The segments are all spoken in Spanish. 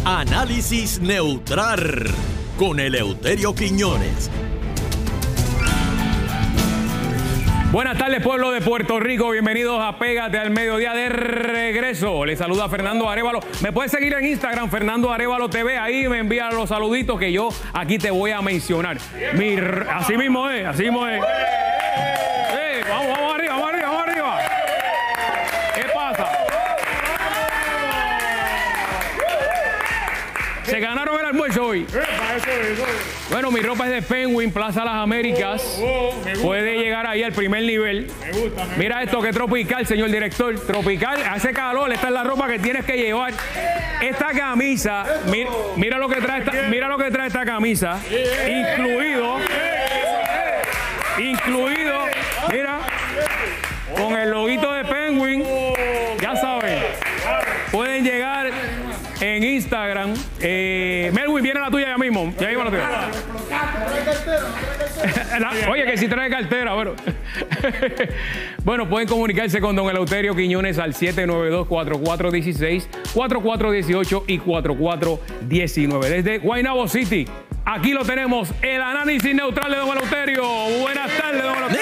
Análisis neutral con Eleuterio Quiñones. Buenas tardes, pueblo de Puerto Rico. Bienvenidos a Pégate al Mediodía de regreso. Les saluda Fernando Arévalo. Me puedes seguir en Instagram, Fernando Arévalo TV. Ahí me envían los saluditos que yo aquí te voy a mencionar. Así mismo es, así mismo es. Vamos arriba, vamos arriba, vamos arriba. ¿Qué pasa? Se ganaron el almuerzo hoy. Bueno, mi ropa es de Penguin, Plaza Las Américas. Puede llegar ahí al primer nivel. Me gusta. Mira esto, que tropical, señor director. Tropical, hace calor. Esta es la ropa que tienes que llevar. Esta camisa, mira lo que trae esta camisa. Incluido, mira, con el loguito de Penguin. Ya saben, pueden llegar en Instagram. Melwin, viene la tuya ya mismo. Ya mismo la tuya. Oye, que si trae cartera, bueno. Bueno, pueden comunicarse con don Eleuterio Quiñones al 792-4416, 4418 y 4419. Desde Guaynabo City, aquí lo tenemos, el análisis neutral de don Eleuterio. Buenas tardes, don Eleuterio.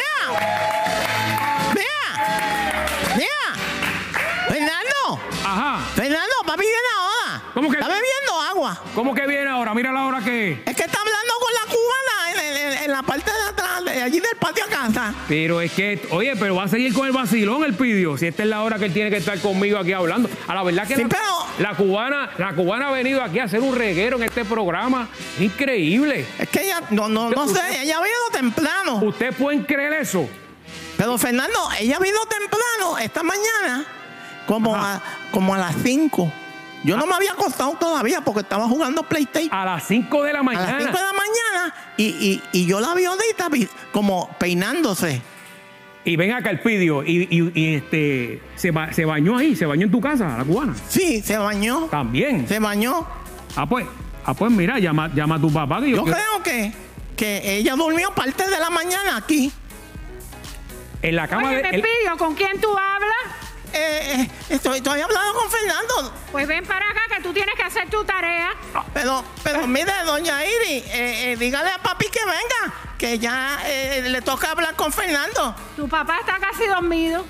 Fernando. Ajá. Fernando, papi viene ahora. ¿Cómo que? Está bebiendo agua. ¿Cómo que viene ahora? Mira la hora que es. Es que está hablando con la cubana en la parte de atrás, de allí del patio a casa. Pero es que, oye, pero va a seguir con el vacilón el pidió. Si esta es la hora que él tiene que estar conmigo aquí hablando. A la verdad que sí, la cubana ha venido aquí a hacer un reguero en este programa. Increíble. Es que ella, no sé, ella vino temprano. ¿Ustedes pueden creer eso? Pero Fernando, ella vino temprano esta mañana, como a las 5. Yo no me había acostado todavía porque estaba jugando PlayStation. A las 5 de la mañana. A las 5 de la mañana. Y yo la vi ahorita como peinándose. Y ven acá el pidió. Se bañó ahí, se bañó en tu casa, la cubana. Sí, se bañó. También. Se bañó. Pues mira, llama a tu papá. Yo creo que ella durmió parte de la mañana aquí. En la cama. Oye, me pidió, ¿con quién tú hablas? Estoy hablando con Fernando. Pues ven para acá que tú tienes que hacer tu tarea. Pero mire, doña Iri, dígale a papi que venga, que ya le toca hablar con Fernando. Tu papá está casi dormido.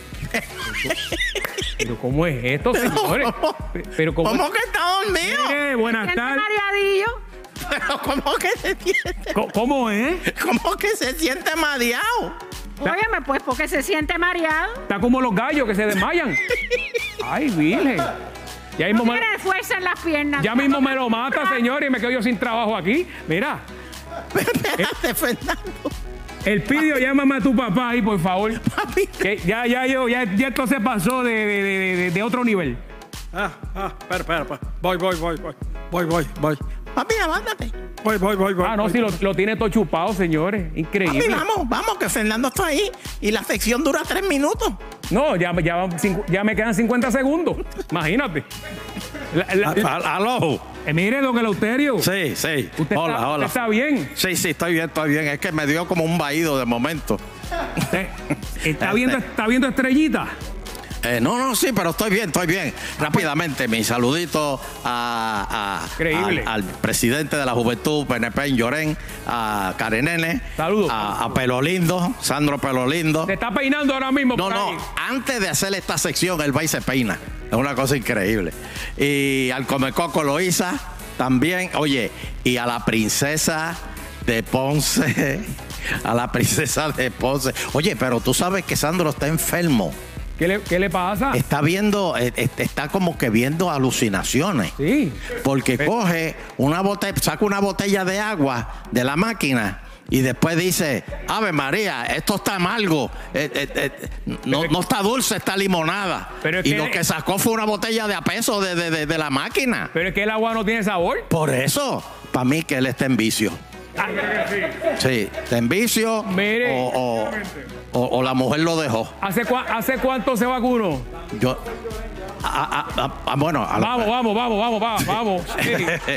¿Pero cómo es esto, señores? ¿Cómo que está dormido? Mire, buenas tardes. Mareadillo. Pero ¿cómo que se siente? ¿Cómo es? ¿Cómo que se siente mareado? Óyeme, pues, porque se siente mareado. Está como los gallos que se desmayan. Ay, virgen. Ya mismo tiene fuerza en las piernas. Ya mismo me lo mata, señor, y me quedo yo sin trabajo aquí. Mira. Espérate, Fernando. El pidió, llámame a tu papá ahí, por favor. Papi. Que ya esto se pasó de otro nivel. Espera. Voy. Papi, levántate. Voy. No, si lo tiene todo chupado, señores. Increíble. Papi, vamos, que Fernando está ahí y la sección dura 3 minutos. No, ya me quedan 50 segundos. Imagínate. ¿Aló? Mire, don Eleuterio. Sí. Hola. ¿Usted está bien? Sí, estoy bien. Es que me dio como un vaído de momento. ¿Está viendo estrellitas? No, sí, pero estoy bien. Rápidamente, mi saludito al presidente de la Juventud PNP en Llorén, a Karenene. Saludos. A Pelo Lindo, Sandro Pelo Lindo. ¿Se está peinando ahora mismo? No, antes de hacer esta sección, él va y se peina. Es una cosa increíble. Y al Comecoco Loíza también. Oye, y a la princesa de Ponce. Oye, pero tú sabes que Sandro está enfermo. ¿Qué le pasa? Está como que viendo alucinaciones. Sí. Porque saca una botella de agua de la máquina y después dice, Ave María, esto está amargo, no está dulce, está limonada. Y lo que sacó fue una botella de a peso de la máquina. Pero es que el agua no tiene sabor. Por eso, para mí que él está en vicio. Sí, está en vicio. Mire. O la mujer lo dejó. ¿Hace cuánto se vacunó? Bueno. Vamos.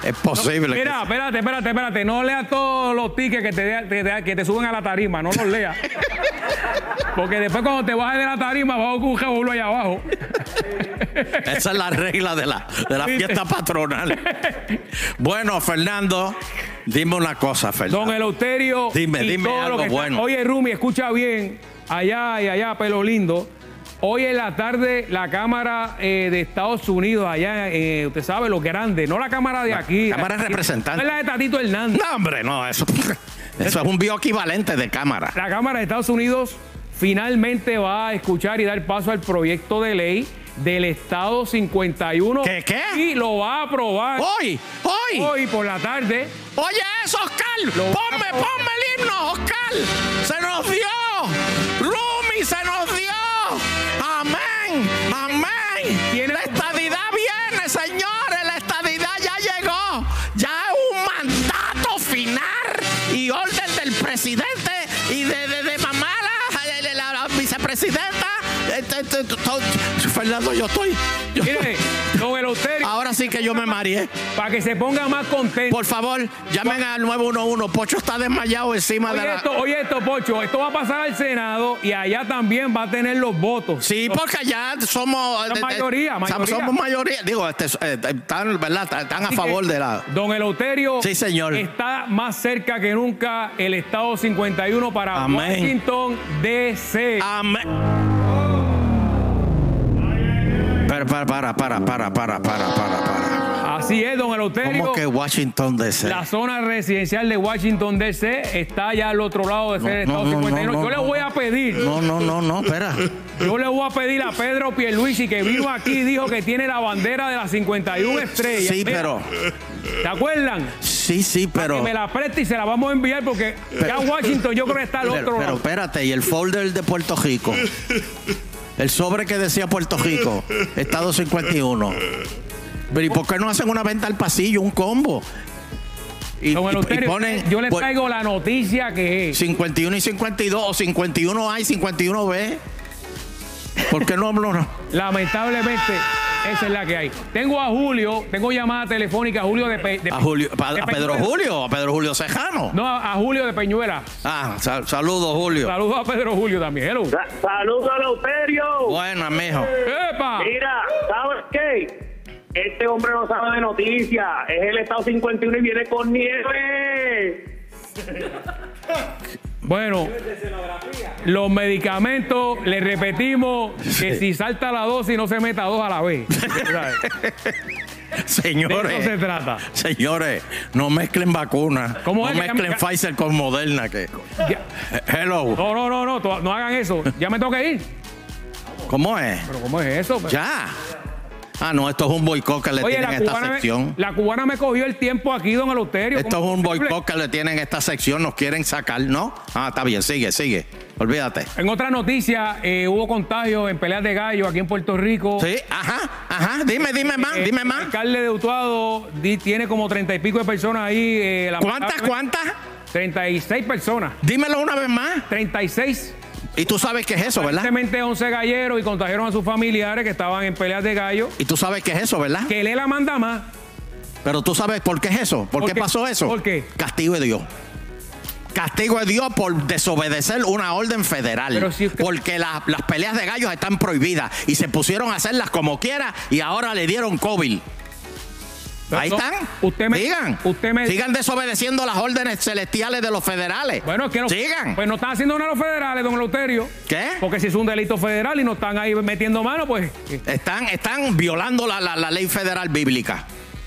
Es posible. Mira, espérate. No leas todos los tickets que te suben a la tarima. No los leas. Porque después cuando te bajes de la tarima vas a un revolú allá abajo. Esa es la regla de la fiesta patronal. Bueno, Fernando, dime una cosa, Fernando. Don Eleuterio. Dime todo algo lo que bueno. Oye, Rumi, escucha bien. Allá, Pelo Lindo. Hoy en la tarde, la Cámara de Estados Unidos, allá, usted sabe, lo grande, no la Cámara de aquí. Cámara de Representantes. No es la de Tatito Hernández. No, hombre, no, eso es un bioequivalente de Cámara. La Cámara de Estados Unidos finalmente va a escuchar y dar paso al proyecto de ley del Estado 51. ¿Qué? Y lo va a aprobar. Hoy por la tarde. Oye, eso, Oscar. Ponme el himno, Oscar. Se nos dio. Rumi, se nos dio. Amén. La estadidad viene, señores. La estadidad ya llegó. Ya es un mandato final y orden del presidente y de mamá, la vicepresidenta. Fernando, yo estoy. Mire, don Eleuterio. Ahora sí que yo me mareé. Para que se ponga más contento. Por favor, llamen al 911. Pocho está desmayado encima de la... Oye esto, Pocho. Esto va a pasar al Senado y allá también va a tener los votos. Sí, porque allá somos... mayoría. Somos mayoría. Digo, están, ¿verdad? Están a favor de la... Don Eleuterio. Sí, señor. Está más cerca que nunca el Estado 51 para Amén. Washington, D.C. Amén. Para. Así es, don Eleuterio. ¿Cómo que Washington D.C.? La zona residencial de Washington D.C. está allá al otro lado de ser el Estado 51. Yo le voy a pedir. No, espera. Yo le voy a pedir a Pedro Pierluisi, que vino aquí y dijo que tiene la bandera de las 51 estrellas. Sí, Mira, pero... ¿te acuerdan? Sí, pero... Que me la preste y se la vamos a enviar porque ya Washington yo creo que está al otro lado. Pero espérate, ¿y el folder de Puerto Rico? El sobre que decía Puerto Rico, Estado 51. Pero ¿y por qué no hacen una venta al pasillo, un combo? Y ponen, yo le traigo la noticia que es 51 y 52, o 51A y 51B. ¿Por qué no? Lamentablemente, esa es la que hay. Tengo llamada telefónica a Julio de Pedro Julio Cejano. No, a Julio de Peñuela. Saludos, Julio. Saludos a Pedro Julio también. Hello. Saludos a Eleuterio. Buenas, mijo. ¡Epa! Mira, ¿sabes qué? Este hombre no sabe de noticias. Es el Estado 51 y viene con nieve. Bueno, los medicamentos, le repetimos que si salta la dosis no se meta dos a la vez. Señores, de eso se trata. Señores, no mezclen vacunas. No mezclen Pfizer con Moderna. Hello. No hagan eso. Ya me tengo que ir. ¿Cómo es? ¿Pero cómo es eso? Ya. No, esto es un boicot que le tienen a esta sección. La cubana me cogió el tiempo aquí, don Eleuterio. Esto es un boicot que le tienen a esta sección. Nos quieren sacar, ¿no? Está bien, sigue. Olvídate. En otra noticia, hubo contagios en peleas de gallo aquí en Puerto Rico. Sí, ajá. Dime más. El alcalde de Utuado tiene como 30 y pico de personas ahí. ¿Cuántas? 36 personas. Dímelo una vez más. 36. Y tú sabes qué es eso, ¿verdad? Recientemente 11 galleros y contagiaron a sus familiares que estaban en peleas de gallo. Y tú sabes qué es eso, ¿verdad? Que Lela manda más. Pero tú sabes por qué es eso. ¿Por qué pasó eso? ¿Por qué? Castigo de Dios. Castigo de Dios por desobedecer una orden federal. Pero si usted... Porque las peleas de gallos están prohibidas y se pusieron a hacerlas como quiera y ahora le dieron COVID. Ahí están. Sigan desobedeciendo las órdenes celestiales de los federales. Bueno, es que no. Sigan. Pues no están haciendo nada los federales, don Eleuterio. ¿Qué? Porque si es un delito federal y no están ahí metiendo mano, pues. Están violando la ley federal bíblica.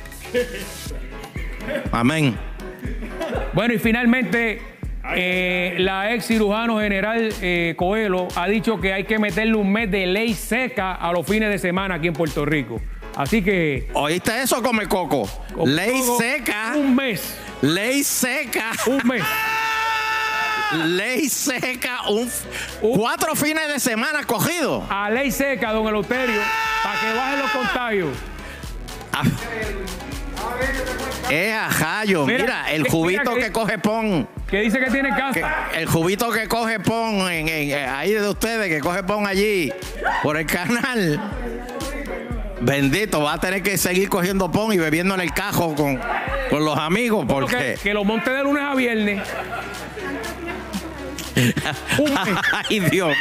Amén. Bueno, y finalmente, la ex cirujano general Coelho ha dicho que hay que meterle un mes de ley seca a los fines de semana aquí en Puerto Rico. Así que... ¿Oíste eso, Come Coco? Ley seca. Un mes. Ley seca. Un mes. Ley seca. 4 fines de semana cogidos. A ley seca, don Eleuterio, para que bajen los contagios. Ajayo. Mira, el jubito que coge Pon. Que dice que tiene casa. El jubito que coge Pon ahí de ustedes, que coge Pon allí por el canal. Bendito, va a tener que seguir cogiendo pon y bebiendo en el cajo con los amigos, porque... Que lo monte de lunes a viernes. Un mes. Ay, Dios.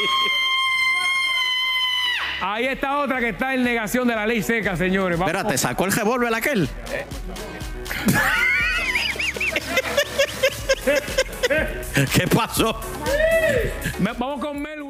Ahí está otra que está en negación de la ley seca, señores. Vamos. Espérate, ¿sacó el revólver aquel? ¿Qué pasó? Vamos con Mel.